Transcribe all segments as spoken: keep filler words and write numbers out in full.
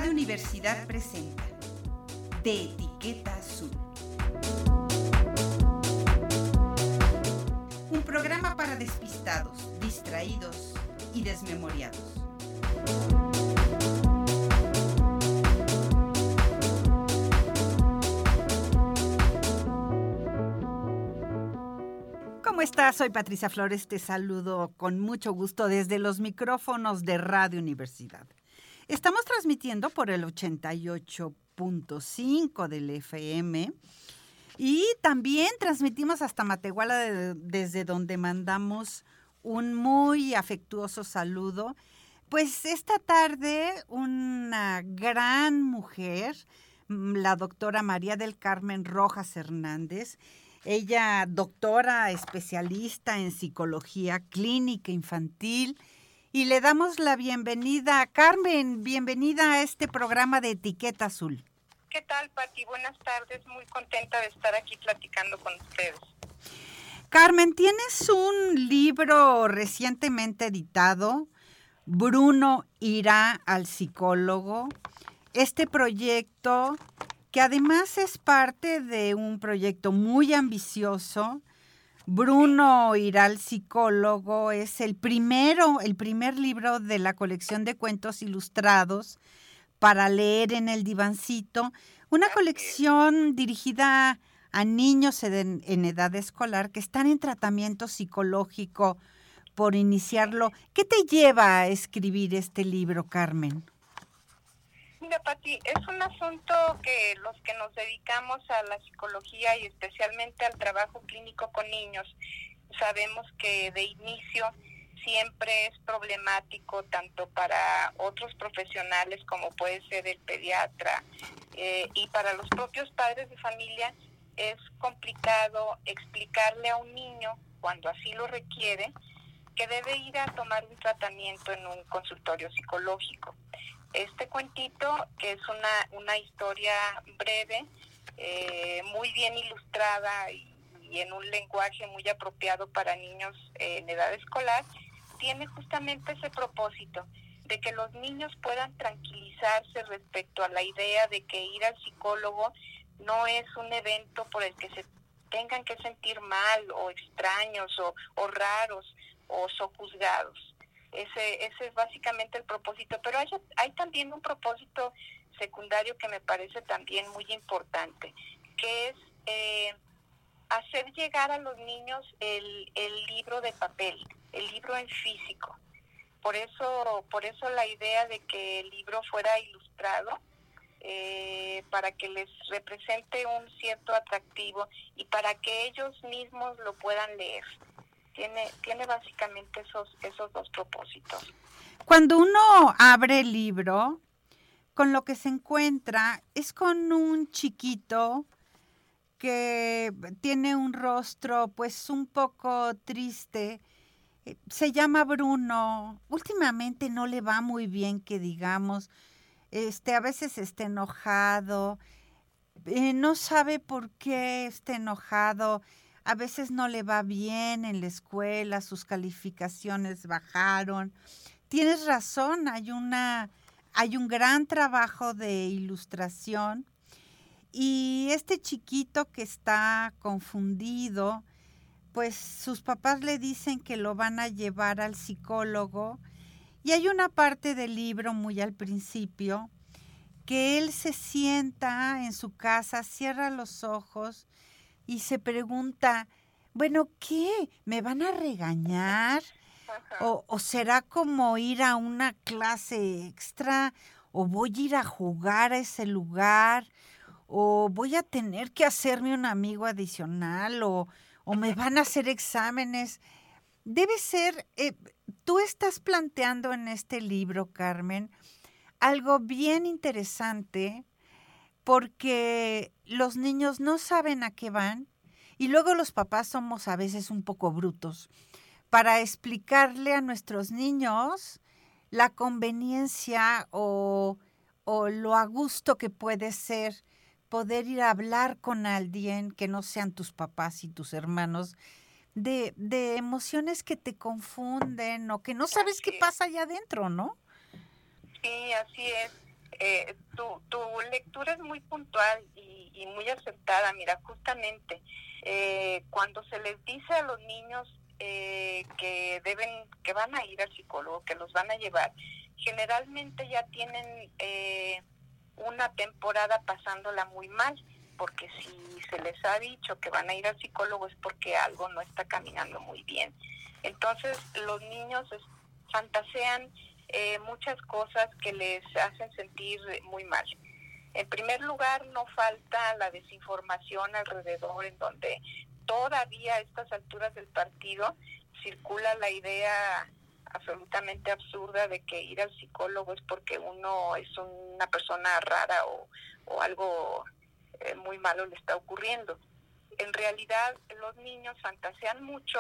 Radio Universidad presenta De Etiqueta Azul. Un programa para despistados, distraídos y desmemoriados. ¿Cómo estás? Soy Patricia Flores, te saludo con mucho gusto desde los micrófonos de Radio Universidad. Estamos transmitiendo por el ochenta y ocho punto cinco del F M y también transmitimos hasta Matehuala, de, desde donde mandamos un muy afectuoso saludo. Pues esta tarde una gran mujer, la doctora María del Carmen Rojas Hernández. Ella, doctora especialista en psicología clínica infantil, y le damos la bienvenida. Carmen, bienvenida a este programa de Etiqueta Azul. ¿Qué tal, Pati? Buenas tardes, muy contenta de estar aquí platicando con ustedes. Carmen, tienes un libro recientemente editado, Bruno irá al psicólogo. Este proyecto, que además es parte de un proyecto muy ambicioso. Bruno irá al psicólogo es el primero, el primer libro de la colección de cuentos ilustrados para leer en el divancito, una colección dirigida a niños en, en edad escolar que están en tratamiento psicológico por iniciarlo. ¿Qué te lleva a escribir este libro, Carmen? Mira, Pati, es un asunto que los que nos dedicamos a la psicología y especialmente al trabajo clínico con niños, sabemos que de inicio siempre es problemático tanto para otros profesionales como puede ser el pediatra eh, y para los propios padres de familia. Es complicado explicarle a un niño, cuando así lo requiere, que debe ir a tomar un tratamiento en un consultorio psicológico. Este cuentito, que es una, una historia breve, eh, muy bien ilustrada y, y en un lenguaje muy apropiado para niños eh, en edad escolar, tiene justamente ese propósito, de que los niños puedan tranquilizarse respecto a la idea de que ir al psicólogo no es un evento por el que se tengan que sentir mal o extraños o, o raros o sojuzgados. Ese, ese es básicamente el propósito, pero hay, hay también un propósito secundario que me parece también muy importante, que es eh, hacer llegar a los niños el, el libro de papel, el libro en físico. Por eso, por eso la idea de que el libro fuera ilustrado, eh, para que les represente un cierto atractivo y para que ellos mismos lo puedan leer. Tiene, tiene básicamente esos, esos dos propósitos. Cuando uno abre el libro, con lo que se encuentra es con un chiquito que tiene un rostro pues un poco triste. Se llama Bruno. Últimamente no le va muy bien, que digamos. Este, a veces está enojado. Eh, no sabe por qué está enojado. A veces no le va bien en la escuela, sus calificaciones bajaron. Tienes razón, hay una, hay un gran trabajo de ilustración. Y este chiquito que está confundido, pues sus papás le dicen que lo van a llevar al psicólogo. Y hay una parte del libro muy al principio que él se sienta en su casa, cierra los ojos y se pregunta, bueno, ¿qué? ¿Me van a regañar? ¿O, o será como ir a una clase extra? ¿O voy a ir a jugar a ese lugar? ¿O voy a tener que hacerme un amigo adicional? ¿O, o me van a hacer exámenes? Debe ser, eh, tú estás planteando en este libro, Carmen, algo bien interesante, porque los niños no saben a qué van y luego los papás somos a veces un poco brutos para explicarle a nuestros niños la conveniencia o, o lo a gusto que puede ser poder ir a hablar con alguien que no sean tus papás y tus hermanos de, de emociones que te confunden o que no sabes qué pasa allá adentro, ¿no? Sí, así es. Eh, tu, tu lectura es muy puntual y, y muy acertada. Mira, justamente eh, cuando se les dice a los niños eh, que deben, que van a ir al psicólogo, que los van a llevar, generalmente ya tienen eh, una temporada pasándola muy mal, porque si se les ha dicho que van a ir al psicólogo es porque algo no está caminando muy bien. Entonces los niños es, fantasean eh, muchas cosas que les hacen sentir muy mal. En primer lugar, no falta la desinformación alrededor, en donde todavía a estas alturas del partido circula la idea absolutamente absurda de que ir al psicólogo es porque uno es una persona rara o, o algo eh, muy malo le está ocurriendo. En realidad, los niños fantasean mucho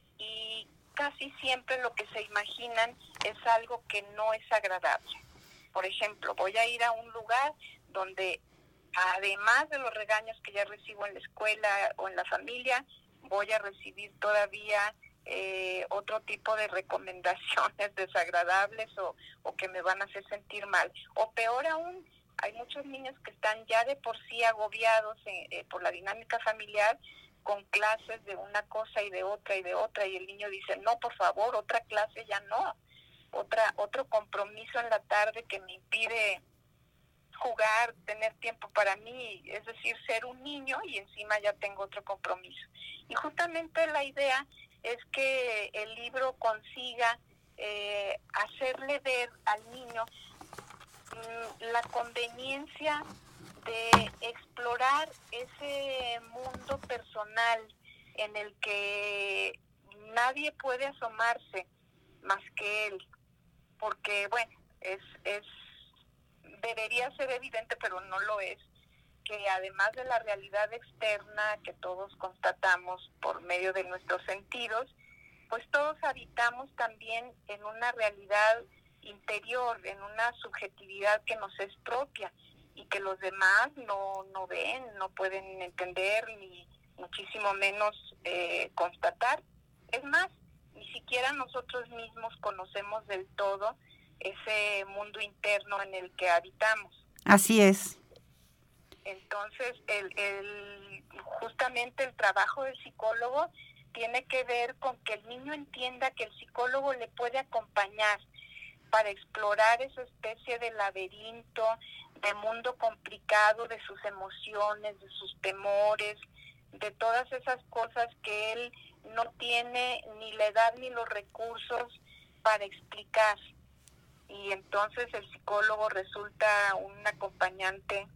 y casi siempre lo que se imaginan es algo que no es agradable. Por ejemplo, voy a ir a un lugar donde, además de los regaños que ya recibo en la escuela o en la familia, voy a recibir todavía eh, otro tipo de recomendaciones desagradables o, o que me van a hacer sentir mal. O peor aún, hay muchos niños que están ya de por sí agobiados eh, eh, por la dinámica familiar, con clases de una cosa y de otra y de otra, y el niño dice, no, por favor, otra clase ya no, otra otro compromiso en la tarde que me impide jugar, tener tiempo para mí, es decir, ser un niño y encima ya tengo otro compromiso. Y justamente la idea es que el libro consiga eh, hacerle ver al niño mmm, la conveniencia de explorar ese mundo personal en el que nadie puede asomarse más que él, porque bueno, es, es debería ser evidente, pero no lo es, que además de la realidad externa que todos constatamos por medio de nuestros sentidos, pues todos habitamos también en una realidad interior, en una subjetividad que nos es propia y que los demás no, no ven, no pueden entender, ni muchísimo menos eh, constatar. Es más, ni siquiera nosotros mismos conocemos del todo ese mundo interno en el que habitamos. Así es. Entonces, el, el, justamente el trabajo del psicólogo tiene que ver con que el niño entienda que el psicólogo le puede acompañar para explorar esa especie de laberinto, de mundo complicado de sus emociones, de sus temores, de todas esas cosas que él no tiene ni la edad ni los recursos para explicar. Y entonces el psicólogo resulta un acompañante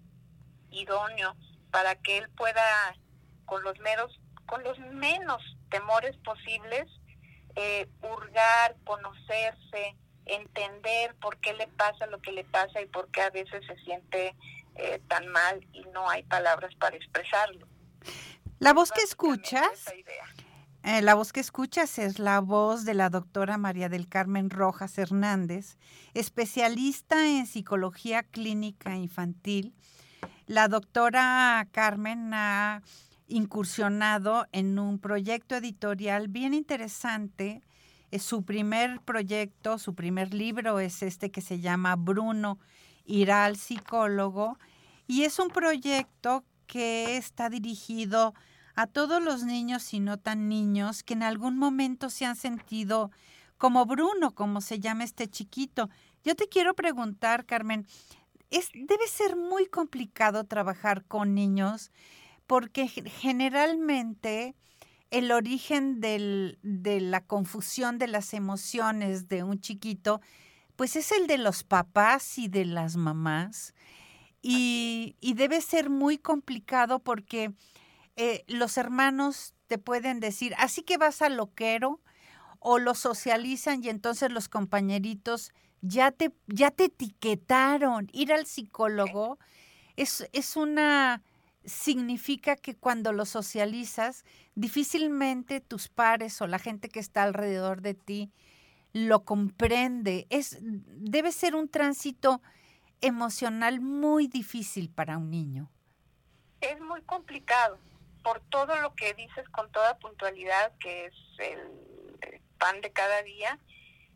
idóneo para que él pueda, con los meros, con los menos temores posibles, eh, hurgar, conocerse, entender por qué le pasa lo que le pasa y por qué a veces se siente eh, tan mal y no hay palabras para expresarlo. La voz que escuchas, eh, la voz que escuchas es la voz de la doctora María del Carmen Rojas Hernández, especialista en psicología clínica infantil. La doctora Carmen ha incursionado en un proyecto editorial bien interesante. Es su primer proyecto, su primer libro es este que se llama Bruno irá al psicólogo, y es un proyecto que está dirigido a todos los niños y no tan niños que en algún momento se han sentido como Bruno, como se llama este chiquito. Yo te quiero preguntar, Carmen, es, debe ser muy complicado trabajar con niños porque generalmente el origen del, de la confusión de las emociones de un chiquito, pues es el de los papás y de las mamás. Y, y debe ser muy complicado porque eh, los hermanos te pueden decir, así que vas al loquero, o lo socializan y entonces los compañeritos ya te, ya te etiquetaron. Ir al psicólogo es, es una... significa que cuando lo socializas, difícilmente tus pares o la gente que está alrededor de ti lo comprende. Es, debe ser un tránsito emocional muy difícil para un niño. Es muy complicado, por todo lo que dices con toda puntualidad, que es el pan de cada día,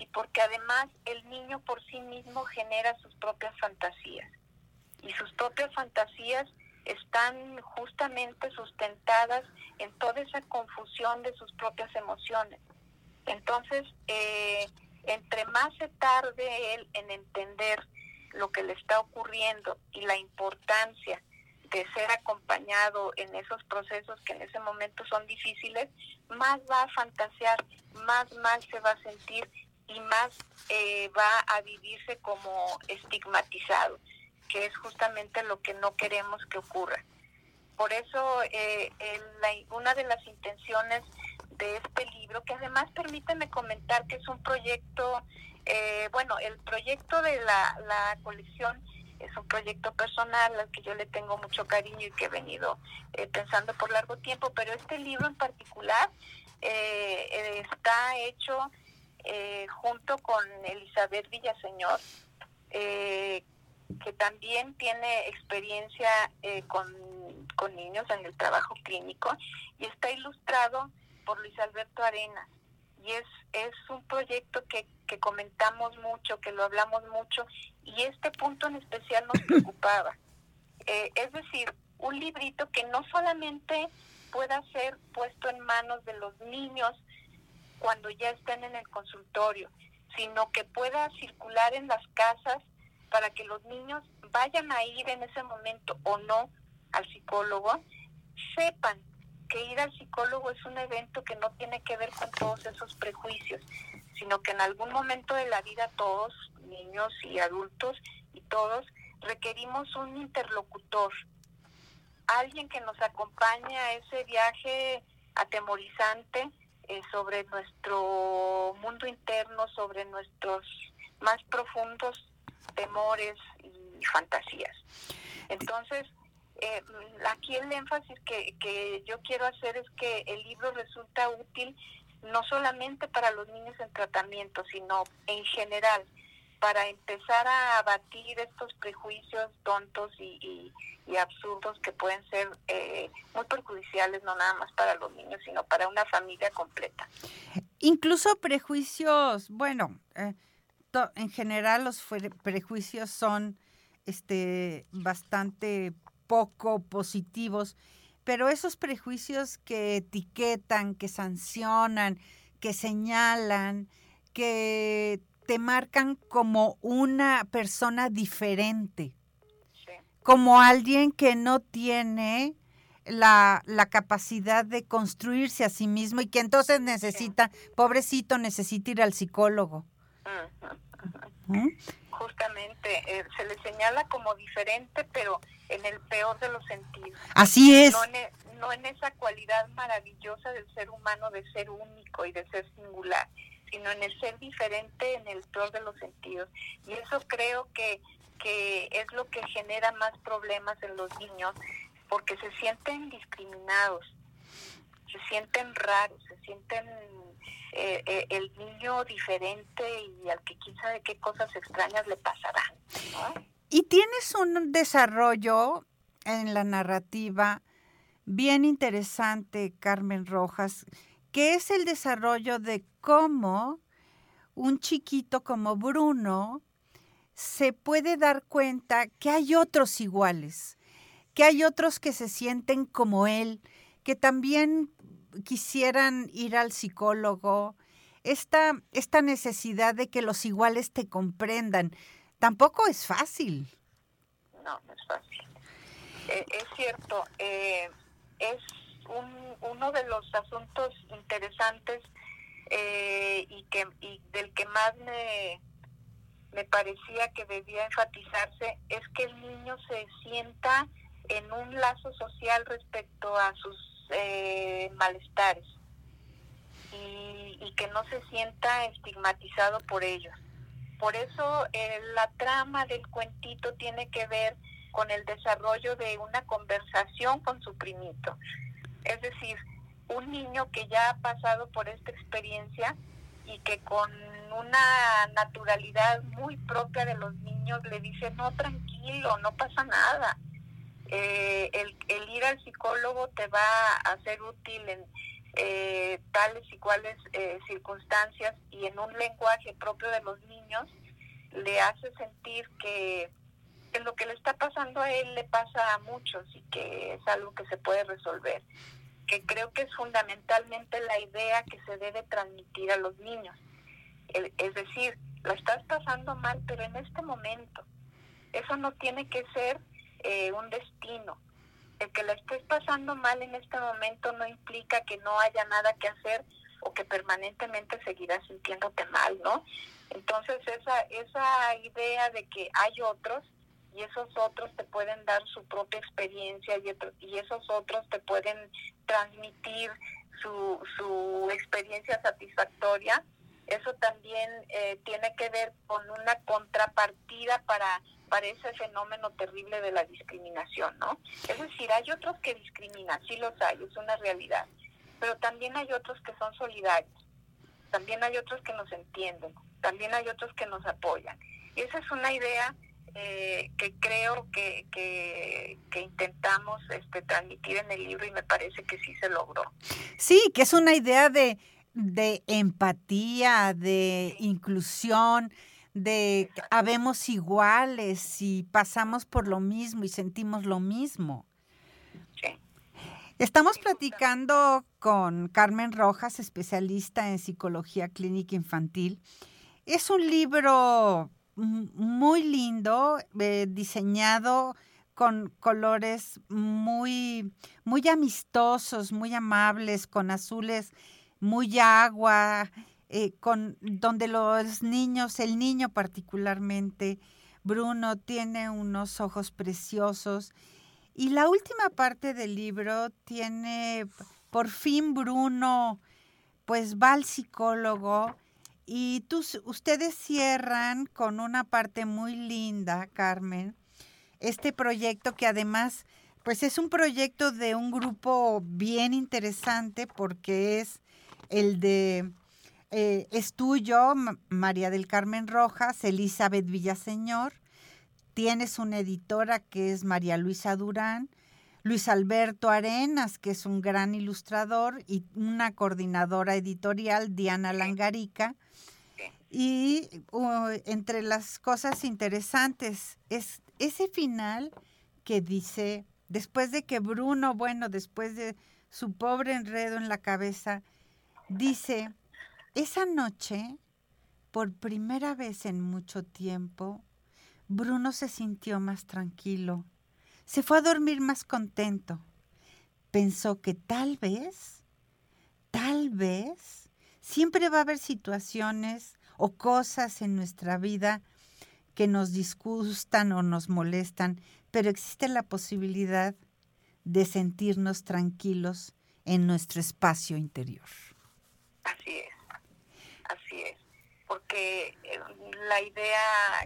y porque además el niño por sí mismo genera sus propias fantasías. Y sus propias fantasías están justamente sustentadas en toda esa confusión de sus propias emociones. Entonces, eh, entre más se tarde él en entender lo que le está ocurriendo y la importancia de ser acompañado en esos procesos que en ese momento son difíciles, más va a fantasear, más mal se va a sentir y más eh, va a vivirse como estigmatizado, que es justamente lo que no queremos que ocurra. Por eso, eh, el, la, una de las intenciones de este libro, que además permíteme comentar que es un proyecto, eh, bueno, el proyecto de la, la colección es un proyecto personal al que yo le tengo mucho cariño y que he venido eh, pensando por largo tiempo, pero este libro en particular eh, está hecho eh, junto con Elizabeth Villaseñor, eh, que también tiene experiencia eh, con, con niños en el trabajo clínico, y está ilustrado por Luis Alberto Arenas. Y es, es un proyecto que, que comentamos mucho, que lo hablamos mucho, y este punto en especial nos preocupaba. Eh, es decir, un librito que no solamente pueda ser puesto en manos de los niños cuando ya estén en el consultorio, sino que pueda circular en las casas para que los niños vayan a ir en ese momento o no al psicólogo, sepan que ir al psicólogo es un evento que no tiene que ver con todos esos prejuicios, sino que en algún momento de la vida todos, niños y adultos y todos, requerimos un interlocutor, alguien que nos acompañe a ese viaje atemorizante eh, sobre nuestro mundo interno, sobre nuestros más profundos temores y fantasías. Entonces, eh, aquí el énfasis que, que yo quiero hacer es que el libro resulta útil no solamente para los niños en tratamiento, sino en general, para empezar a abatir estos prejuicios tontos y, y, y absurdos que pueden ser eh, muy perjudiciales, no nada más para los niños, sino para una familia completa. Incluso prejuicios, bueno, eh, to, en general los prejuicios son este, bastante poco positivos, pero esos prejuicios que etiquetan, que sancionan, que señalan, que te marcan como una persona diferente, sí, como alguien que no tiene la, la capacidad de construirse a sí mismo y que entonces necesita, sí, pobrecito, necesita ir al psicólogo. Uh-huh, uh-huh. ¿Mm? Justamente, eh, se le señala como diferente, pero en el peor de los sentidos. Así es. No en, e, no en esa cualidad maravillosa del ser humano de ser único y de ser singular, sino en el ser diferente en el peor de los sentidos. Y eso creo que, que es lo que genera más problemas en los niños, porque se sienten discriminados, se sienten raros, se sienten eh, eh, el niño diferente y al que quién sabe qué cosas extrañas le pasarán, ¿no? Y tienes un desarrollo en la narrativa bien interesante, Carmen Rojas, que es el desarrollo de cómo un chiquito como Bruno se puede dar cuenta que hay otros iguales, que hay otros que se sienten como él, que también quisieran ir al psicólogo. Esta, esta necesidad de que los iguales te comprendan, tampoco es fácil. No, no es fácil. Eh, es cierto, eh, es un, uno de los asuntos interesantes eh, y que y del que más me, me parecía que debía enfatizarse es que el niño se sienta en un lazo social respecto a sus eh, malestares y, y que no se sienta estigmatizado por ellos. Por eso eh, la trama del cuentito tiene que ver con el desarrollo de una conversación con su primito. Es decir, un niño que ya ha pasado por esta experiencia y que con una naturalidad muy propia de los niños le dice, no, tranquilo, no pasa nada. Eh, el, el ir al psicólogo te va a ser útil en, eh, tales y cuales eh, circunstancias, y en un lenguaje propio de los niños le hace sentir que, que lo que le está pasando a él le pasa a muchos y que es algo que se puede resolver, que creo que es fundamentalmente la idea que se debe transmitir a los niños. El, es decir, la estás pasando mal, pero en este momento. Eso no tiene que ser eh, un destino. El que la estés pasando mal en este momento no implica que no haya nada que hacer o que permanentemente seguirás sintiéndote mal, ¿no? Entonces esa, esa idea de que hay otros y esos otros te pueden dar su propia experiencia y, otro, y esos otros te pueden transmitir su, su experiencia satisfactoria, eso también eh, tiene que ver con una contrapartida para, para ese fenómeno terrible de la discriminación, ¿no? Es decir, hay otros que discriminan, sí los hay, es una realidad, pero también hay otros que son solidarios, también hay otros que nos entienden, también hay otros que nos apoyan. Y esa es una idea eh, que creo que, que, que intentamos este, transmitir en el libro y me parece que sí se logró. Sí, que es una idea de, de empatía, de sí. inclusión, de Exacto. habemos iguales y pasamos por lo mismo y sentimos lo mismo. Sí. Estamos platicando con Carmen Rojas, especialista en psicología clínica infantil. Es un libro muy lindo, eh, diseñado con colores muy, muy amistosos, muy amables, con azules muy agua, eh, con donde los niños, el niño particularmente, Bruno, tiene unos ojos preciosos. Y la última parte del libro tiene, por fin Bruno, pues va al psicólogo y tú, ustedes cierran con una parte muy linda, Carmen, este proyecto que además, pues es un proyecto de un grupo bien interesante porque es el de, eh, es tuyo, María del Carmen Rojas, Elizabeth Villaseñor, tienes una editora que es María Luisa Durán, Luis Alberto Arenas, que es un gran ilustrador, y una coordinadora editorial, Diana Langarica. Y uh, entre las cosas interesantes es ese final que dice, después de que Bruno, bueno, después de su pobre enredo en la cabeza, dice, esa noche, por primera vez en mucho tiempo, Bruno se sintió más tranquilo. Se fue a dormir más contento. Pensó que tal vez, tal vez, siempre va a haber situaciones o cosas en nuestra vida que nos disgustan o nos molestan, pero existe la posibilidad de sentirnos tranquilos en nuestro espacio interior. Así es, así es, porque la idea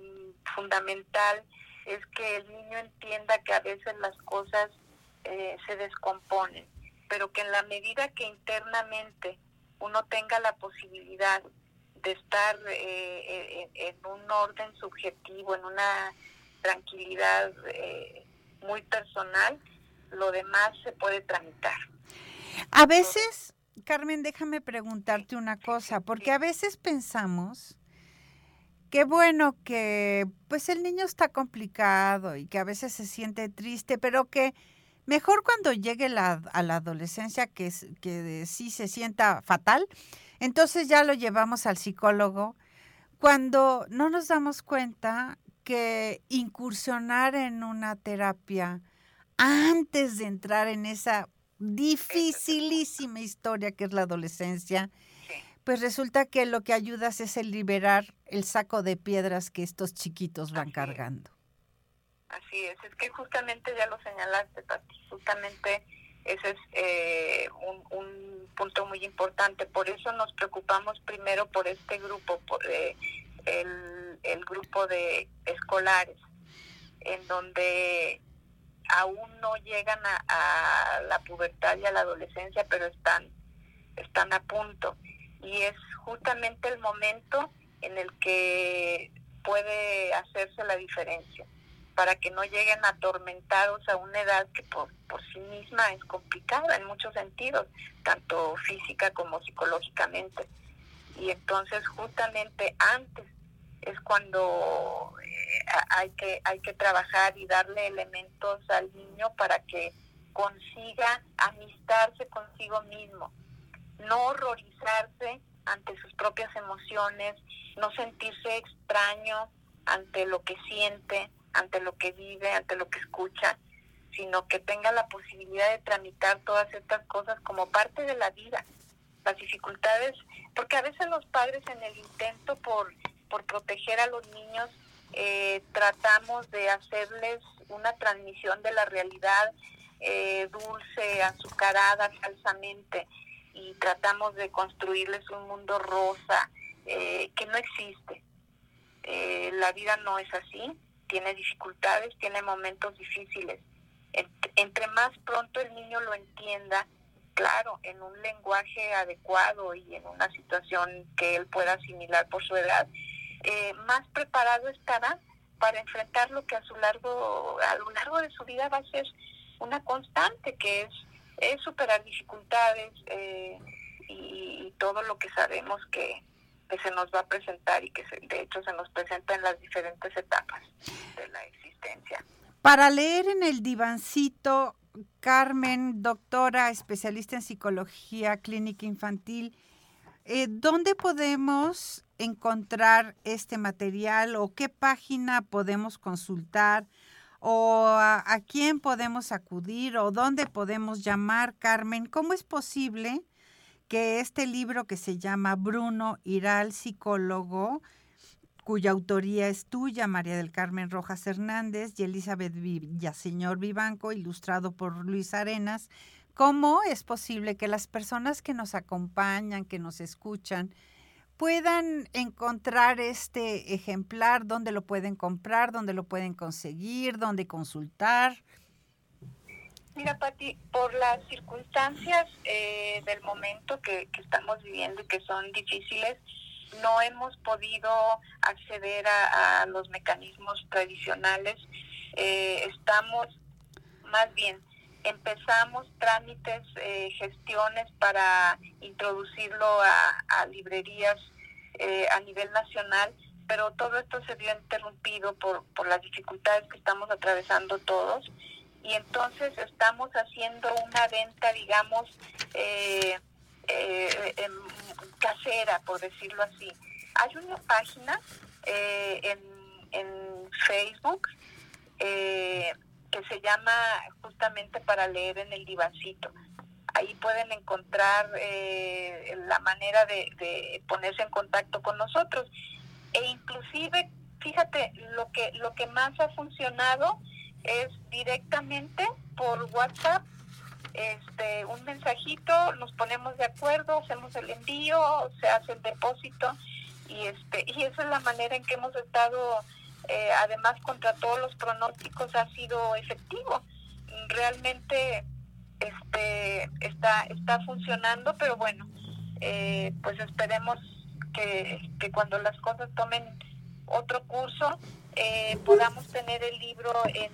fundamental es que el niño entienda que a veces las cosas eh, se descomponen, pero que en la medida que internamente uno tenga la posibilidad de estar eh, en, en un orden subjetivo, en una tranquilidad eh, muy personal, lo demás se puede tramitar. A veces, Carmen, déjame preguntarte una cosa, porque a veces pensamos qué bueno que pues el niño está complicado y que a veces se siente triste, pero que mejor cuando llegue la, a la adolescencia que, que sí se sienta fatal, entonces ya lo llevamos al psicólogo, cuando no nos damos cuenta que incursionar en una terapia antes de entrar en esa dificilísima historia que es la adolescencia, pues resulta que lo que ayudas es el liberar el saco de piedras que estos chiquitos van Así cargando. Es. Así es, es que justamente ya lo señalaste, Pati, justamente ese es eh, un, un punto muy importante. Por eso nos preocupamos primero por este grupo, por eh, el, el grupo de escolares, en donde aún no llegan a, a la pubertad y a la adolescencia, pero están, están a punto. Y es justamente el momento en el que puede hacerse la diferencia. para que no lleguen atormentados a una edad que por, por sí misma es complicada en muchos sentidos, tanto física como psicológicamente. Y entonces justamente antes es cuando eh, hay que hay que trabajar y darle elementos al niño para que consiga amistarse consigo mismo, no horrorizarse ante sus propias emociones, no sentirse extraño ante lo que siente, ante lo que vive, ante lo que escucha, sino que tenga la posibilidad de tramitar todas estas cosas como parte de la vida. Las dificultades, porque a veces los padres en el intento por, por proteger a los niños, eh, tratamos de hacerles una transmisión de la realidad eh, dulce, azucarada, falsamente, y tratamos de construirles un mundo rosa eh, que no existe. Eh, la vida no es así, tiene dificultades, tiene momentos difíciles. Ent- entre más pronto el niño lo entienda, claro, en un lenguaje adecuado y en una situación que él pueda asimilar por su edad, eh, más preparado estará para enfrentar lo que a su largo, a lo largo de su vida va a ser una constante, que es, es superar dificultades eh, y, y todo lo que sabemos que, que se nos va a presentar y que se, de hecho se nos presenta en las diferentes etapas de la existencia. Para leer en el divancito, Carmen, doctora, especialista en psicología clínica infantil, eh, ¿dónde podemos encontrar este material o qué página podemos consultar o a, a quién podemos acudir o dónde podemos llamar, Carmen? ¿Cómo es posible que este libro que se llama Bruno irá al psicólogo, cuya autoría es tuya, María del Carmen Rojas Hernández, y Elizabeth Villaseñor Vivanco, ilustrado por Luis Arenas, cómo es posible que las personas que nos acompañan, que nos escuchan, puedan encontrar este ejemplar, dónde lo pueden comprar, dónde lo pueden conseguir, dónde consultar? Mira, Pati, por las circunstancias eh, del momento que, que estamos viviendo y que son difíciles, no hemos podido acceder a, a los mecanismos tradicionales. Eh, estamos, más bien, empezamos trámites, eh, gestiones para introducirlo a, a librerías eh, a nivel nacional, pero todo esto se vio interrumpido por, por las dificultades que estamos atravesando todos. Y entonces estamos haciendo una venta, digamos, eh, eh, eh, casera, por decirlo así. Hay una página eh, en, en Facebook eh, que se llama justamente Para Leer en el Divancito. Ahí pueden encontrar eh, la manera de, de ponerse en contacto con nosotros. E inclusive, fíjate, lo que, lo que más ha funcionado es directamente por WhatsApp, este, un mensajito, nos ponemos de acuerdo, hacemos el envío, se hace el depósito y este y esa es la manera en que hemos estado, eh, además contra todos los pronósticos ha sido efectivo. Realmente este está está funcionando, pero bueno, eh, pues esperemos que, que cuando las cosas tomen otro curso, eh, podamos tener el libro en,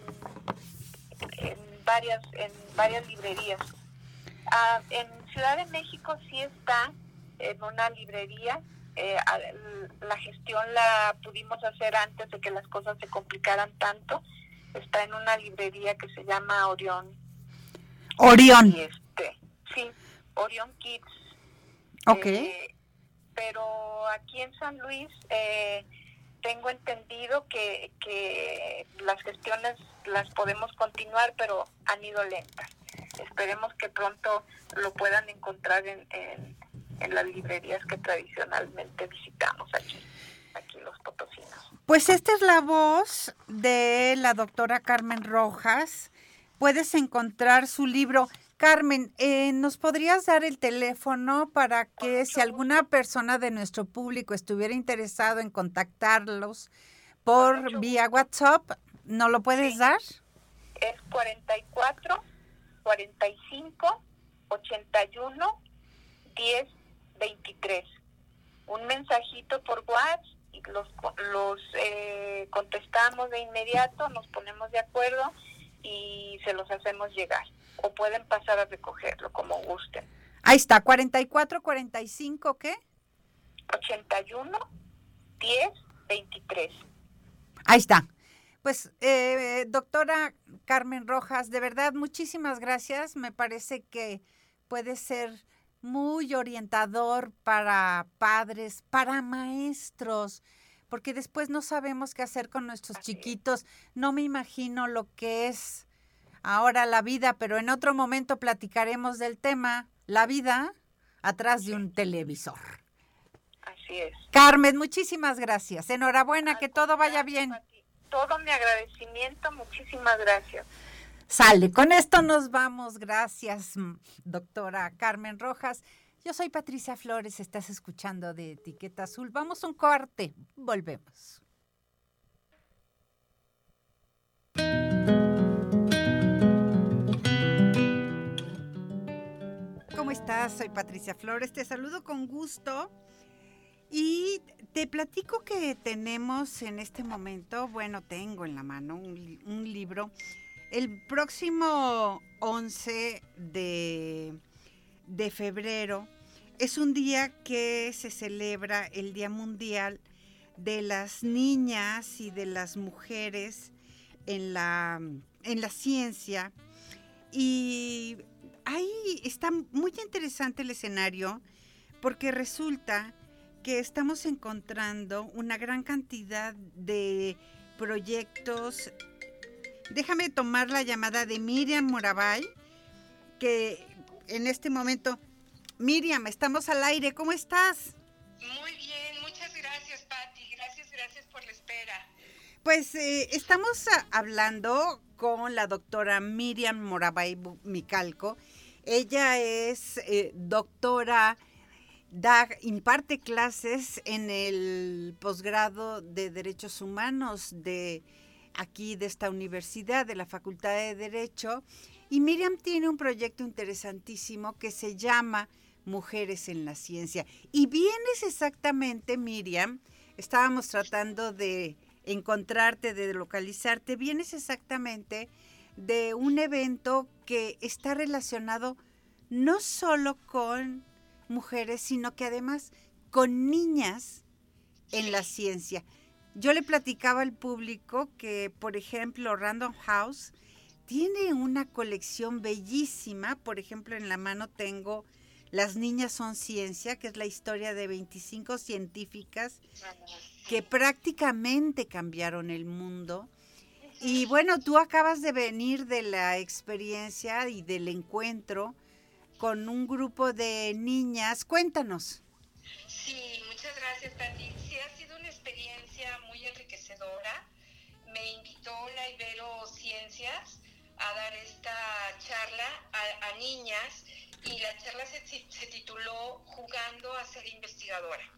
en varias en varias librerías. Ah, en Ciudad de México sí está en una librería. Eh, la gestión la pudimos hacer antes de que las cosas se complicaran tanto. Está en una librería que se llama Orión. Orión. Y este, sí, Orión Kids. Ok. Eh, pero aquí en San Luis eh, tengo entendido que, que las gestiones las podemos continuar, pero han ido lentas. Esperemos que pronto lo puedan encontrar en, en, en las librerías que tradicionalmente visitamos aquí, aquí los potosinos. Pues esta es la voz de la doctora Carmen Rojas. Puedes encontrar su libro. Carmen, eh, ¿nos podrías dar el teléfono para que si alguna persona de nuestro público estuviera interesado en contactarlos por vía WhatsApp, ¿nos lo puedes sí. dar? Es cuarenta y cuatro, cuarenta y cinco, ochenta y uno, diez, veintitrés. Un mensajito por WhatsApp y los, los eh, contestamos de inmediato, nos ponemos de acuerdo y se los hacemos llegar. O pueden pasar a recogerlo como gusten. Ahí está, cuarenta y cuatro, cuarenta y cinco, ¿qué? ochenta y uno, diez, veintitrés. Ahí está. Pues, eh, doctora Carmen Rojas, de verdad, muchísimas gracias. Me parece que puede ser muy orientador para padres, para maestros, porque después no sabemos qué hacer con nuestros Así chiquitos. No me imagino lo que es ahora la vida, pero en otro momento platicaremos del tema, la vida atrás de un televisor. Así es. Carmen, muchísimas gracias. Enhorabuena, que todo vaya bien. Todo mi agradecimiento, muchísimas gracias. Sale, con esto nos vamos. Gracias, doctora Carmen Rojas. Yo soy Patricia Flores, estás escuchando de Etiqueta Azul. Vamos a un corte, volvemos. ¿Cómo estás? Soy Patricia Flores, te saludo con gusto. Y te platico que tenemos en este momento, bueno, tengo en la mano un, un libro. El próximo once de, de febrero es un día que se celebra el Día Mundial de las Niñas y de las Mujeres en la, en la ciencia. Y ahí está muy interesante el escenario porque resulta que estamos encontrando una gran cantidad de proyectos. Déjame tomar la llamada de Miriam Morabay, que en este momento... Miriam, estamos al aire, ¿cómo estás? Muy bien, muchas gracias, Pati, gracias, gracias por la espera. Pues eh, estamos a, hablando con la doctora Miriam Morabay Micalco. Ella es eh, doctora... Da, imparte clases en el posgrado de Derechos Humanos de aquí de esta universidad, de la Facultad de Derecho, y Miriam tiene un proyecto interesantísimo que se llama Mujeres en la Ciencia. Y vienes exactamente, Miriam, estábamos tratando de encontrarte, de localizarte, vienes exactamente de un evento que está relacionado no solo con mujeres, sino que además con niñas en la ciencia. Yo le platicaba al público que, por ejemplo, Random House tiene una colección bellísima. Por ejemplo, en la mano tengo Las Niñas Son Ciencia, que es la historia de veinticinco científicas que prácticamente cambiaron el mundo. Y bueno, tú acabas de venir de la experiencia y del encuentro con un grupo de niñas. Cuéntanos. Sí, muchas gracias, Pati. Sí, ha sido una experiencia muy enriquecedora. Me invitó la Ibero Ciencias a dar esta charla a, a niñas y la charla se, se tituló Jugando a ser investigadora.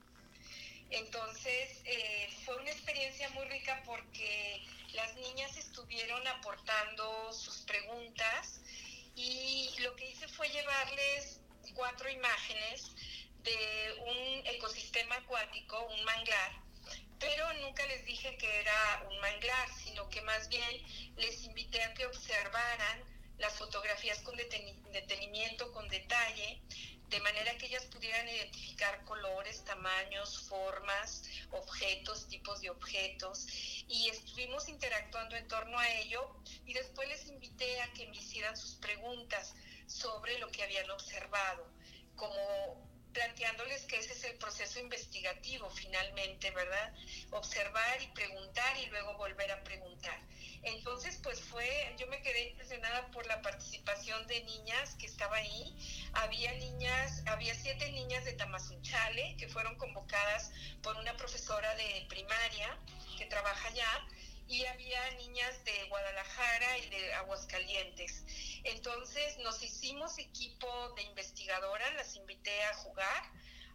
Entonces, eh, fue una experiencia muy rica porque las niñas estuvieron aportando sus preguntas. Y lo que hice fue llevarles cuatro imágenes de un ecosistema acuático, un manglar, pero nunca les dije que era un manglar, sino que más bien les invité a que observaran las fotografías con deten- detenimiento, con detalle, de manera que ellas pudieran identificar colores, tamaños, formas, objetos, tipos de objetos, y estuvimos interactuando en torno a ello, y después les invité a que me hicieran sus preguntas sobre lo que habían observado, como planteándoles que ese es el proceso investigativo finalmente, ¿verdad? Observar y preguntar y luego volver a preguntar. Entonces, pues fue, yo me quedé impresionada por la participación de niñas que estaba ahí. Había niñas, había siete niñas de Tamazunchale que fueron convocadas por una profesora de primaria que trabaja allá, y había niñas de Guadalajara y de Aguascalientes. Entonces nos hicimos equipo de investigadoras, las invité a jugar,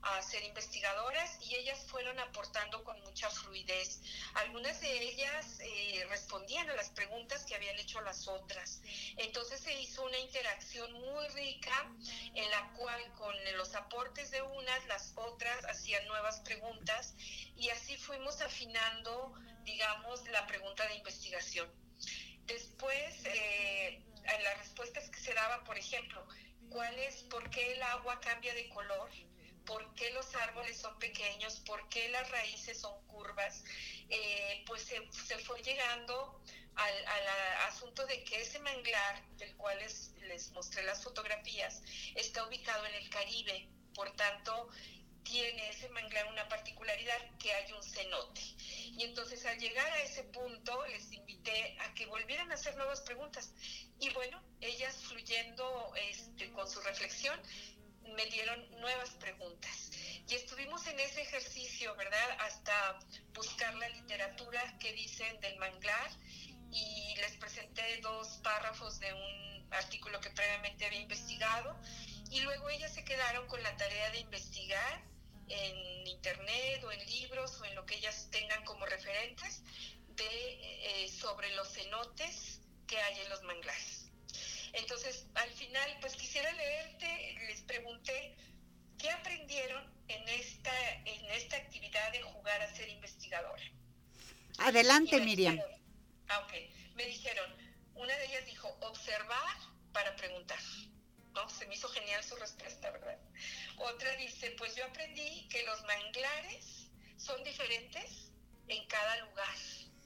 a ser investigadoras y ellas fueron aportando con mucha fluidez. Algunas de ellas eh, respondían a las preguntas que habían hecho las otras. Entonces se hizo una interacción muy rica en la cual con los aportes de unas, las otras hacían nuevas preguntas y así fuimos afinando, digamos, la pregunta de investigación. Después, eh, en las respuestas que se daban, por ejemplo, ¿cuál es, por qué el agua cambia de color? ¿Por qué los árboles son pequeños? ¿Por qué las raíces son curvas? Eh, pues se, se fue llegando al, al asunto de que ese manglar, del cual les, les mostré las fotografías, está ubicado en el Caribe. Por tanto, tiene ese manglar una particularidad, que hay un cenote. Y entonces al llegar a ese punto les invité a que volvieran a hacer nuevas preguntas. Y bueno, ellas fluyendo este, con su reflexión, me dieron nuevas preguntas. Y estuvimos en ese ejercicio, ¿verdad? Hasta buscar la literatura que dicen del manglar y les presenté dos párrafos de un artículo que previamente había investigado y luego ellas se quedaron con la tarea de investigar en internet o en libros o en lo que ellas tengan como referentes de eh, sobre los cenotes que hay en los manglares. Entonces, al final, pues quisiera leerte, les pregunté qué aprendieron en esta, en esta actividad de jugar a ser investigadora. Adelante, me Miriam. Dijeron, ah, ok. Me dijeron, una de ellas dijo, observar para preguntar. ¿No? Se me hizo genial su respuesta, ¿verdad? Otra dice, pues yo aprendí que los manglares son diferentes en cada lugar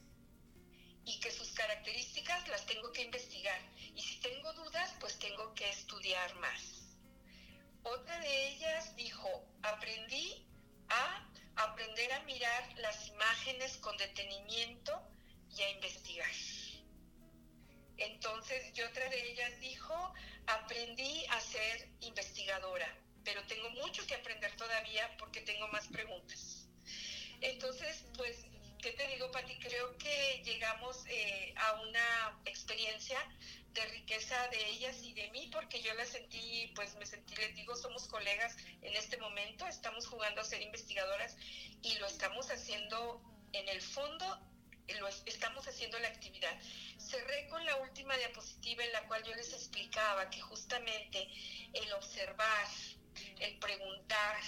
y que sus características las tengo que investigar. Y si tengo dudas, pues tengo que estudiar más. Otra de ellas dijo, aprendí a aprender a mirar las imágenes con detenimiento y a investigar. Entonces, y otra de ellas dijo, aprendí a ser investigadora, pero tengo mucho que aprender todavía porque tengo más preguntas. Entonces, pues, ¿qué te digo, Pati? Creo que llegamos eh, a una experiencia de riqueza de ellas y de mí, porque yo las sentí, pues me sentí, les digo, somos colegas en este momento, estamos jugando a ser investigadoras y lo estamos haciendo en el fondo, lo es, estamos haciendo la actividad. Cerré con la última diapositiva en la cual yo les explicaba que justamente el observar, el preguntar,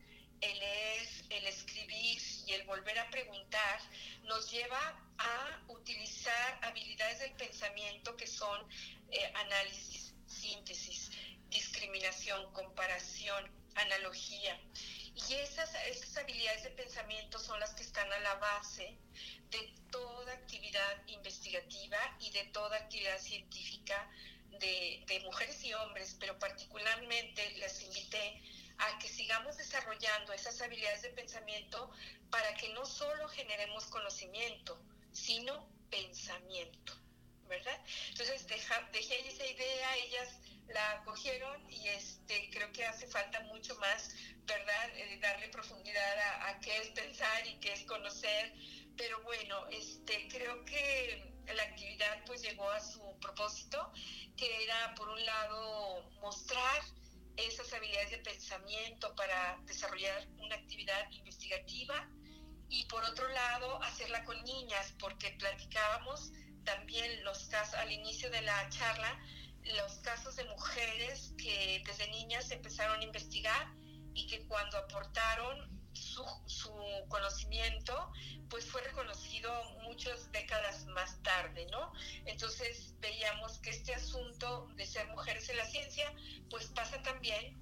el leer, el escribir y el volver a preguntar nos lleva a utilizar habilidades del pensamiento que son eh, análisis, síntesis, discriminación, comparación, analogía. Y esas, esas habilidades de pensamiento son las que están a la base de toda actividad investigativa y de toda actividad científica de, de mujeres y hombres, pero particularmente les invité a que sigamos desarrollando esas habilidades de pensamiento para que no solo generemos conocimiento, sino pensamiento, ¿verdad? Entonces deja, dejé esa idea, ellas la cogieron y este creo que hace falta mucho más, ¿verdad? Eh, darle profundidad a, a qué es pensar y qué es conocer, pero bueno, este creo que la actividad pues llegó a su propósito, que era por un lado mostrar esas habilidades de pensamiento para desarrollar una actividad investigativa y por otro lado hacerla con niñas, porque platicábamos también los casos al inicio de la charla, los casos de mujeres que desde niñas empezaron a investigar y que cuando aportaron su, su conocimiento, pues fue reconocido muchas décadas más tarde, ¿no? Entonces veíamos que este asunto de ser mujeres en la ciencia, pues pasa también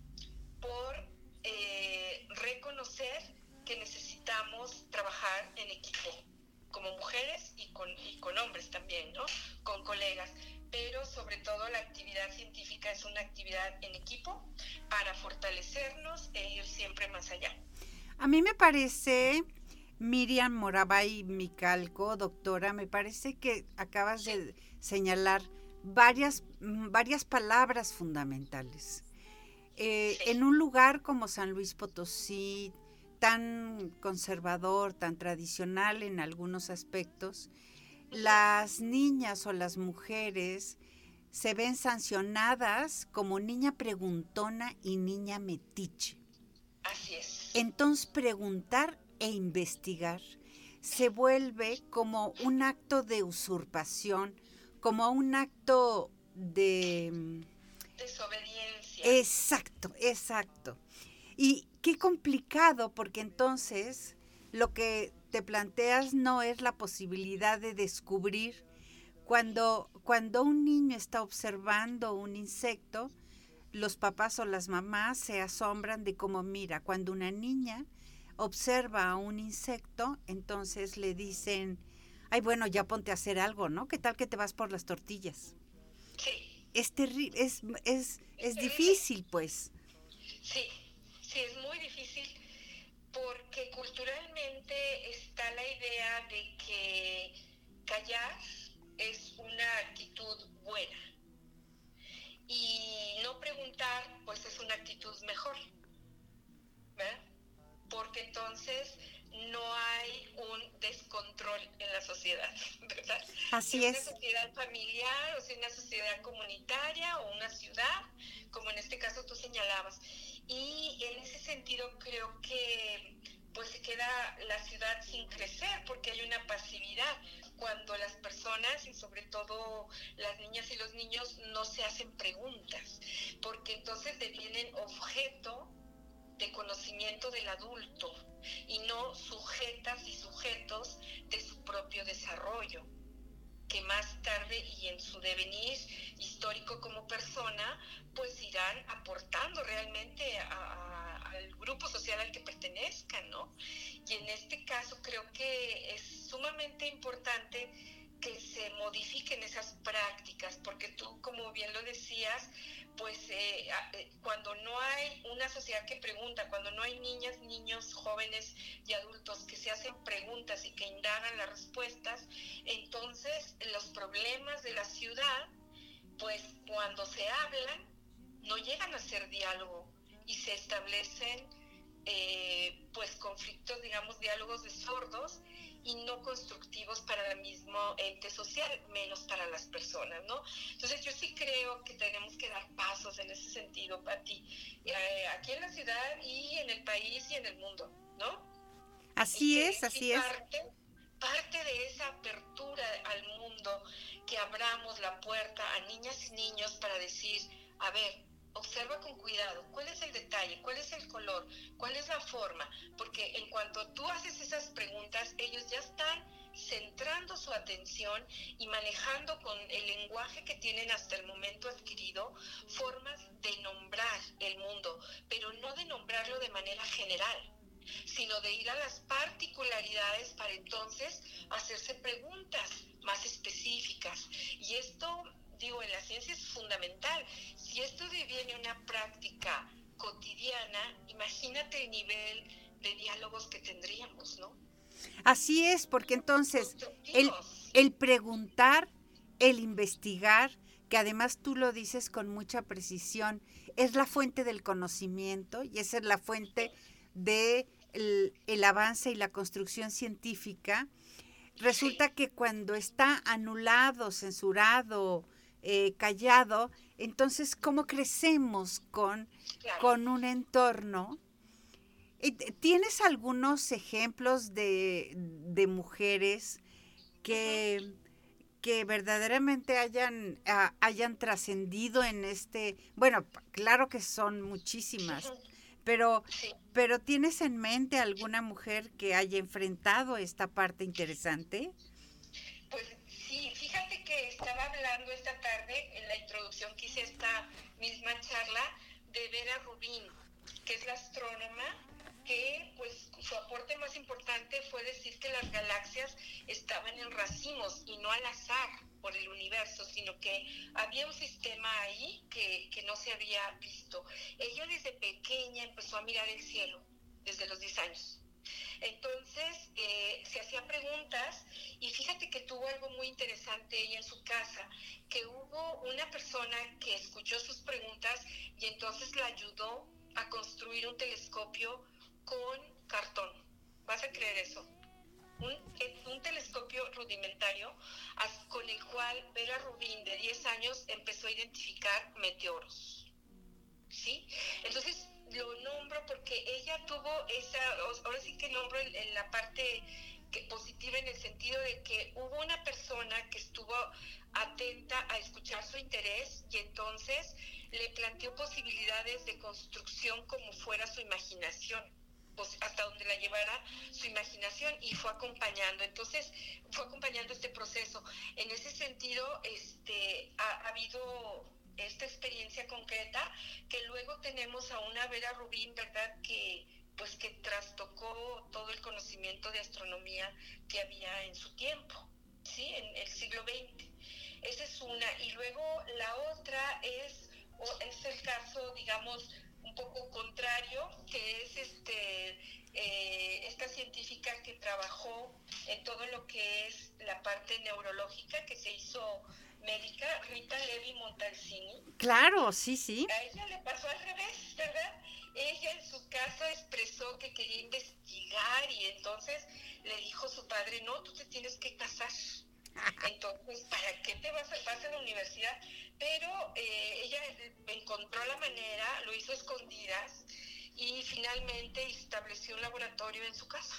por eh, reconocer que necesitamos trabajar en equipo, como mujeres y con, y con hombres también, ¿no? Con colegas. Pero sobre todo la actividad científica es una actividad en equipo para fortalecernos e ir siempre más allá. A mí me parece, Miriam Morabay Micalco, doctora, me parece que acabas sí. de señalar varias, varias palabras fundamentales. Eh, sí. En un lugar como San Luis Potosí, tan conservador, tan tradicional en algunos aspectos, las niñas o las mujeres se ven sancionadas como niña preguntona y niña metiche. Así Así es. Entonces preguntar e investigar se vuelve como un acto de usurpación, como un acto de... Desobediencia. Exacto, exacto. Y qué complicado, porque entonces lo que te planteas no es la posibilidad de descubrir cuando, cuando un niño está observando un insecto, los papás o las mamás se asombran de cómo mira. Cuando una niña observa a un insecto, entonces le dicen, ay, bueno, ya ponte a hacer algo, ¿no? ¿Qué tal que te vas por las tortillas? Sí. Es terrible, es, es, es terrible. difícil, pues. Sí, sí, es muy difícil porque culturalmente está la idea de que callar es una actitud buena y no preguntar pues es una actitud mejor, ¿verdad? Porque entonces no hay un descontrol en la sociedad, ¿verdad? Así sea es. una sociedad familiar, o sea una sociedad comunitaria o una ciudad, como en este caso tú señalabas. Y en ese sentido creo que pues se queda la ciudad sin crecer porque hay una pasividad cuando las personas y sobre todo las niñas y los niños no se hacen preguntas, porque entonces devienen objeto de conocimiento del adulto y no sujetas y sujetos de su propio desarrollo, que más tarde y en su devenir histórico como persona, pues irán aportando realmente a, a, al grupo social al que pertenezcan, ¿no? Y en este caso creo que es sumamente importante que se modifiquen esas prácticas, porque tú, como bien lo decías, pues eh, cuando no hay una sociedad que pregunta, cuando no hay niñas, niños, jóvenes y adultos que se hacen preguntas y que indagan las respuestas, entonces los problemas de la ciudad, pues cuando se hablan, no llegan a ser diálogo y se establecen eh, pues conflictos, digamos, diálogos de sordos y no constructivos para el mismo ente social, menos para las personas, ¿no? Entonces yo sí creo que tenemos que dar pasos en ese sentido, Pati, eh, aquí en la ciudad y en el país y en el mundo, ¿no? Así es, así es. Parte, parte de esa apertura al mundo, que abramos la puerta a niñas y niños para decir, a ver, observa con cuidado, cuál es el detalle, cuál es el color, cuál es la forma, porque en cuanto tú haces esas preguntas, ellos ya están centrando su atención y manejando con el lenguaje que tienen hasta el momento adquirido formas de nombrar el mundo, pero no de nombrarlo de manera general, sino de ir a las particularidades para entonces hacerse preguntas más específicas. Y esto, digo, en la ciencia es fundamental. Si esto deviene una práctica cotidiana, imagínate el nivel de diálogos que tendríamos, ¿no? Así es, porque entonces el, el preguntar, el investigar, que además tú lo dices con mucha precisión, es la fuente del conocimiento y esa es la fuente de el, el avance y la construcción científica. Resulta que cuando está anulado, censurado, eh, callado, entonces ¿cómo crecemos con, con un entorno? ¿Tienes algunos ejemplos de, de mujeres que, que verdaderamente hayan, uh, hayan trascendido en este? Bueno, claro que son muchísimas, pero, pero ¿tienes en mente alguna mujer que haya enfrentado esta parte interesante? Pues sí, fíjate que estaba hablando esta tarde, en la introducción que hice a esta misma charla, de Vera Rubin, que es la astrónoma, que pues su aporte más importante fue decir que las galaxias estaban en racimos y no al azar por el universo, sino que había un sistema ahí que, que no se había visto. Ella desde pequeña empezó a mirar el cielo, desde los diez años. Entonces eh, se hacía preguntas y fíjate que tuvo algo muy interesante ella en su casa, que hubo una persona que escuchó sus preguntas y entonces la ayudó a construir un telescopio con cartón. ¿Vas a creer eso? Un, un telescopio rudimentario con el cual Vera Rubin, de diez años, empezó a identificar meteoros. ¿Sí? Entonces lo nombro porque ella tuvo solo en, en la parte que, positiva, en el sentido de que hubo una persona que estuvo atenta a escuchar su interés y entonces le planteó posibilidades de construcción como fuera su imaginación, pues hasta donde la llevara su imaginación, y fue acompañando, entonces fue acompañando este proceso. En ese sentido, este, ha, ha habido esta experiencia concreta, que luego tenemos a una Vera Rubín, ¿verdad?, que pues que trastocó todo el conocimiento de astronomía que había en su tiempo, ¿sí?, en el siglo veinte. Esa es una. Y luego la otra es, es el caso, digamos, un poco contrario, que es este eh, esta científica que trabajó en todo lo que es la parte neurológica, que se hizo médica, Rita Levi Montalcini. Claro, sí, sí. A ella le pasó al revés, ¿verdad? Ella en su caso expresó que quería investigar y entonces le dijo su padre, no, tú te tienes que casar. Entonces, ¿para qué te vas a, vas a la universidad? Pero eh, ella encontró la manera, lo hizo a escondidas y finalmente estableció un laboratorio en su casa.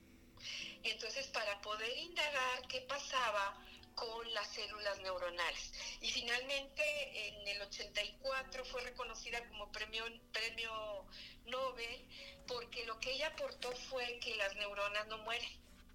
Y entonces, para poder indagar qué pasaba con las células neuronales. Y finalmente, en el ochenta y cuatro fue reconocida como premio, premio Nobel, porque lo que ella aportó fue que las neuronas no mueren,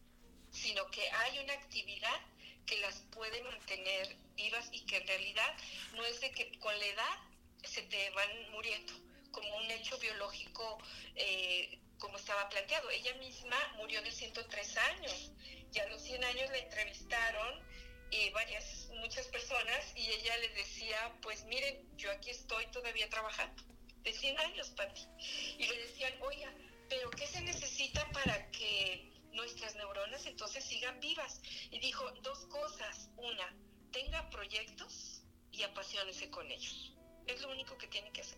sino que hay una actividad que las puede mantener vivas y que en realidad no es de que con la edad se te van muriendo, como un hecho biológico, eh, como estaba planteado. Ella misma murió de ciento tres años, y a los cien años la entrevistaron eh, varias, muchas personas, y ella les decía, pues miren, yo aquí estoy todavía trabajando, de cien años, Pati. Y le decían, oiga, pero ¿qué se necesita para que nuestras neuronas entonces sigan vivas? Y dijo dos cosas. Una, tenga proyectos y apasionese con ellos. Es lo único que tiene que hacer,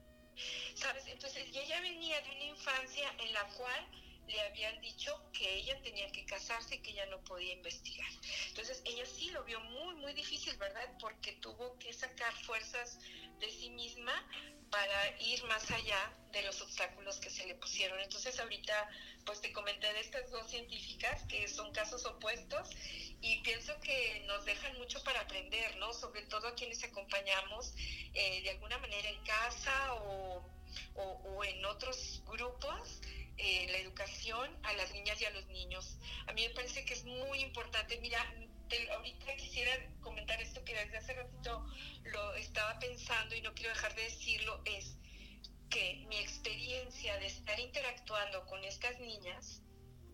¿sabes? Entonces, y ella venía de una infancia en la cual le habían dicho que ella tenía que casarse y que ella no podía investigar. Entonces, ella sí lo vio muy, muy difícil, ¿verdad? Porque tuvo que sacar fuerzas de sí misma para ir más allá de los obstáculos que se le pusieron. Entonces, ahorita, pues te comenté de estas dos científicas que son casos opuestos, y pienso que nos dejan mucho para aprender, ¿no? Sobre todo a quienes acompañamos eh, de alguna manera en casa o, o, o en otros grupos, eh, la educación a las niñas y a los niños. A mí me parece que es muy importante. Mira, te, ahorita quisiera comentar esto que desde hace ratito lo estaba pensando y no quiero dejar de decirlo, es que mi experiencia de estar interactuando con estas niñas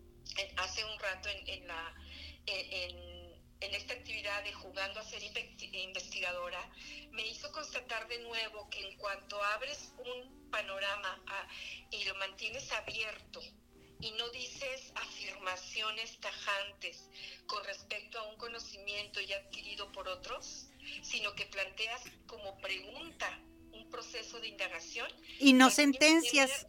en, hace un rato en, en la en, en, en esta actividad de jugando a ser investigadora, me hizo constatar de nuevo que en cuanto abres un panorama a, y lo mantienes abierto y no dices afirmaciones tajantes con respecto a un conocimiento ya adquirido por otros, sino que planteas como pregunta un proceso de indagación. Y no sentencias.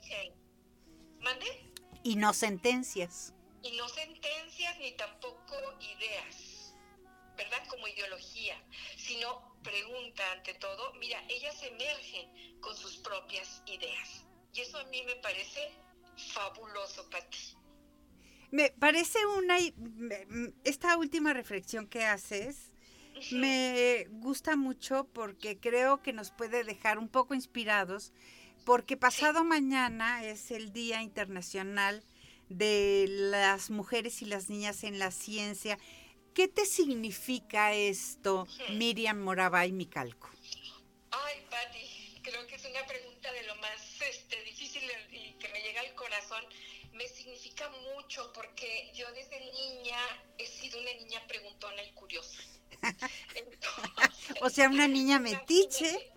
¿Mande? Y no sentencias. Y no sentencias ni tampoco ideas, ¿verdad? Como ideología, sino pregunta ante todo. Mira, ellas emergen con sus propias ideas. Y eso a mí me parece fabuloso, Pati. Me parece una... Esta última reflexión que haces uh-huh. me gusta mucho porque creo que nos puede dejar un poco inspirados, porque pasado sí. mañana es el Día Internacional de las Mujeres y las Niñas en la Ciencia. ¿Qué te significa esto, uh-huh. Miriam Moravay Micalco? Ay, Pati, creo que es una pregunta de lo más este, difícil y que me llega al corazón. Me significa mucho porque yo desde niña he sido una niña preguntona y curiosa. Entonces, o sea, una niña metiche.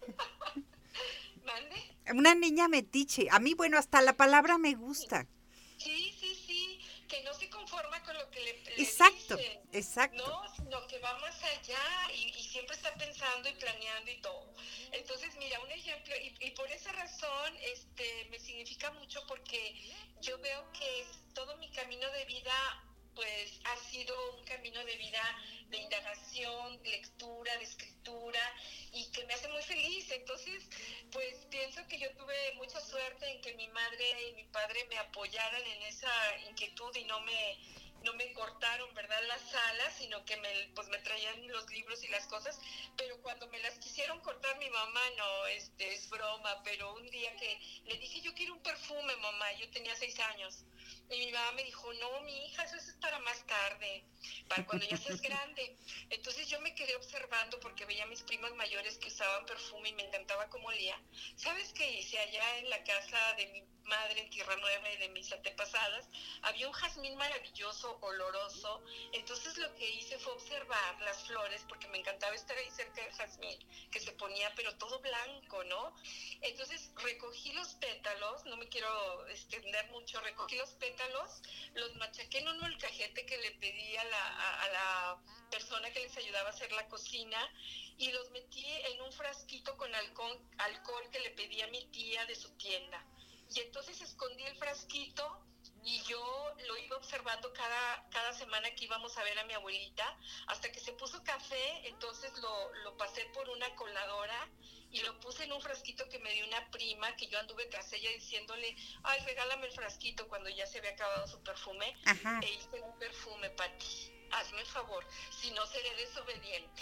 ¿Mande? Una niña metiche. A mí, bueno, hasta la palabra me gusta. Sí, sí, sí, que no se conforma con lo que le, le exacto, dicen, exacto. No, sino que va más allá y, y siempre está pensando y planeando y todo. Entonces, mira, un ejemplo, y, y por esa razón este, me significa mucho porque yo veo que todo mi camino de vida pues ha sido un camino de vida de indagación, de lectura, de escritura, y que me hace muy feliz. Entonces, pues pienso que yo tuve mucha suerte en que mi madre madre y mi padre me apoyaran en esa inquietud y no me, no me cortaron, ¿verdad?, las alas, sino que me, pues me traían los libros y las cosas, pero cuando me las quisieron cortar mi mamá, no, este, es broma, pero un día que le dije, yo quiero un perfume, mamá, yo tenía seis años, y mi mamá me dijo, no, mi hija, eso es para más tarde, para cuando ya seas grande. Entonces yo me quedé observando porque veía a mis primas mayores que usaban perfume y me encantaba cómo olía. ¿Sabes qué hice? Allá en la casa de mi madre en Tierra Nueva y de mis antepasadas, había un jazmín maravilloso, oloroso. Entonces lo que hice fue observar las flores, porque me encantaba estar ahí cerca del jazmín, que se ponía pero todo blanco, ¿no? Entonces recogí los pétalos, no me quiero extender mucho, recogí los pétalos, los machaqué en un molcajete que le pedí a la, a, a la persona que les ayudaba a hacer la cocina, y los metí en un frasquito con alcohol, alcohol que le pedí a mi tía de su tienda. Y entonces escondí el frasquito y yo lo iba observando cada, cada semana que íbamos a ver a mi abuelita, hasta que se puso café. Entonces lo, lo pasé por una coladora y lo puse en un frasquito que me dio una prima, que yo anduve tras ella diciéndole, ay, regálame el frasquito, cuando ya se había acabado su perfume. Ajá. E hice un perfume para ti. Hazme el favor, si no seré desobediente.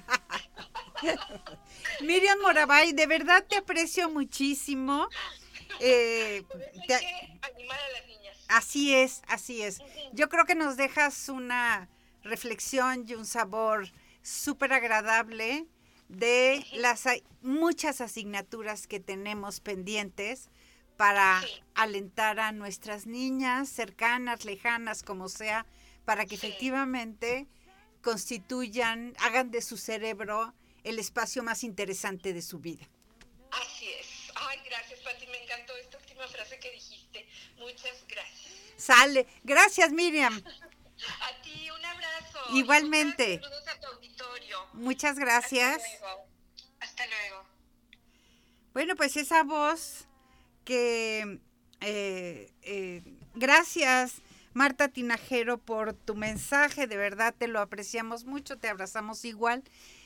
Miriam Moravay, de verdad te aprecio muchísimo. Eh, pues hay te... que animar a las niñas. Así es, así es. Yo creo que nos dejas una reflexión y un sabor súper agradable de las muchas asignaturas que tenemos pendientes para sí. alentar a nuestras niñas, cercanas, lejanas, como sea, para que sí. efectivamente constituyan, hagan de su cerebro el espacio más interesante de su vida. Así es. Ay, gracias, Pati, me encantó esta última frase que dijiste. Muchas gracias. Sale. Gracias, Miriam. A ti, un abrazo. Igualmente. Saludos a tu auditorio. Muchas gracias. Hasta luego. Hasta luego. Bueno, pues esa voz que... Eh, eh, gracias, Marta Tinajero, por tu mensaje. De verdad te lo apreciamos mucho, te abrazamos igual.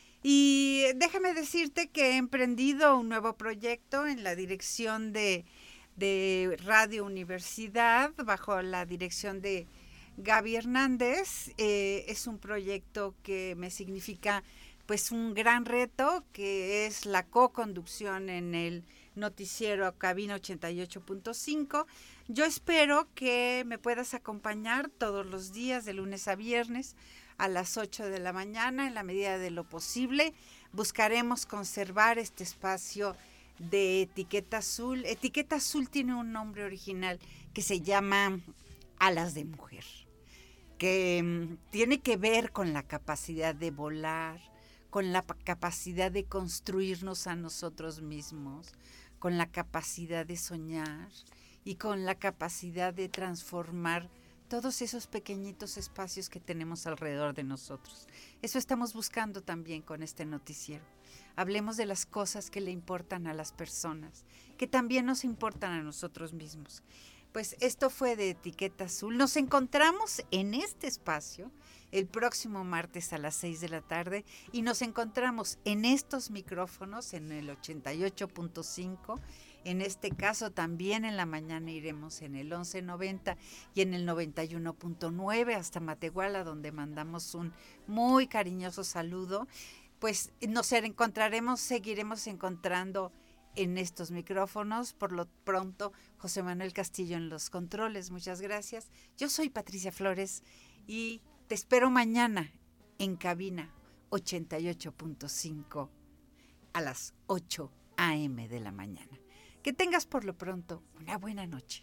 Y déjame decirte que he emprendido un nuevo proyecto en la dirección de, de Radio Universidad, bajo la dirección de Gaby Hernández. Eh, es un proyecto que me significa pues un gran reto, que es la co-conducción en el noticiero Cabina ochenta y ocho punto cinco. Yo espero que me puedas acompañar todos los días, de lunes a viernes, a las ocho de la mañana, en la medida de lo posible. Buscaremos conservar este espacio de Etiqueta Azul. Etiqueta Azul tiene un nombre original que se llama Alas de Mujer, que um, tiene que ver con la capacidad de volar, con la capacidad de construirnos a nosotros mismos, con la capacidad de soñar y con la capacidad de transformar todos esos pequeñitos espacios que tenemos alrededor de nosotros. Eso estamos buscando también con este noticiero. Hablemos de las cosas que le importan a las personas, que también nos importan a nosotros mismos. Pues esto fue de Etiqueta Azul. Nos encontramos en este espacio el próximo martes a las seis de la tarde y nos encontramos en estos micrófonos en el ochenta y ocho punto cinco. En este caso también en la mañana iremos en el once noventa y en el noventa y uno punto nueve hasta Matehuala, donde mandamos un muy cariñoso saludo. Pues nos encontraremos, seguiremos encontrando en estos micrófonos. Por lo pronto, José Manuel Castillo en los controles. Muchas gracias. Yo soy Patricia Flores y te espero mañana en Cabina ochenta y ocho punto cinco a las ocho a eme de la mañana. Que tengas por lo pronto una buena noche.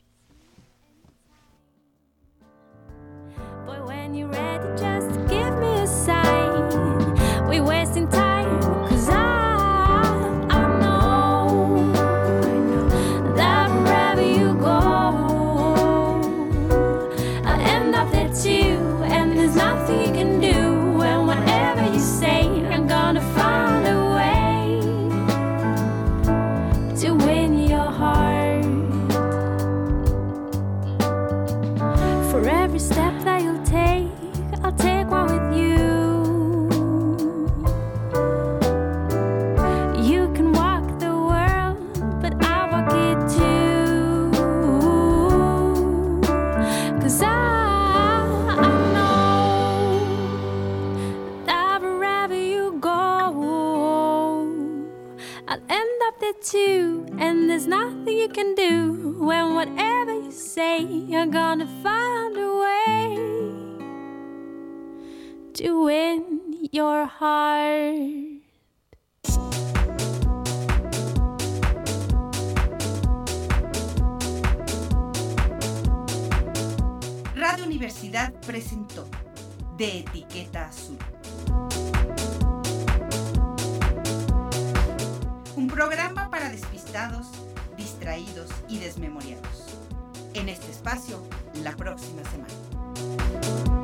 Boy, when you're ready, just give me a sign. We're wasting time, 'cause I, I know, I know that wherever you go, I'll end up there too, and there's nothing you can do, and whatever you say, I'm gonna find a way to win your heart. For every step that you'll take, I'll take one with you. You can walk the world, but I walk it too. say you're gonna find a way to win your heart. Radio Universidad presentó De Etiqueta Azul, un programa para despistados, distraídos y desmemoriados. En este espacio, la próxima semana.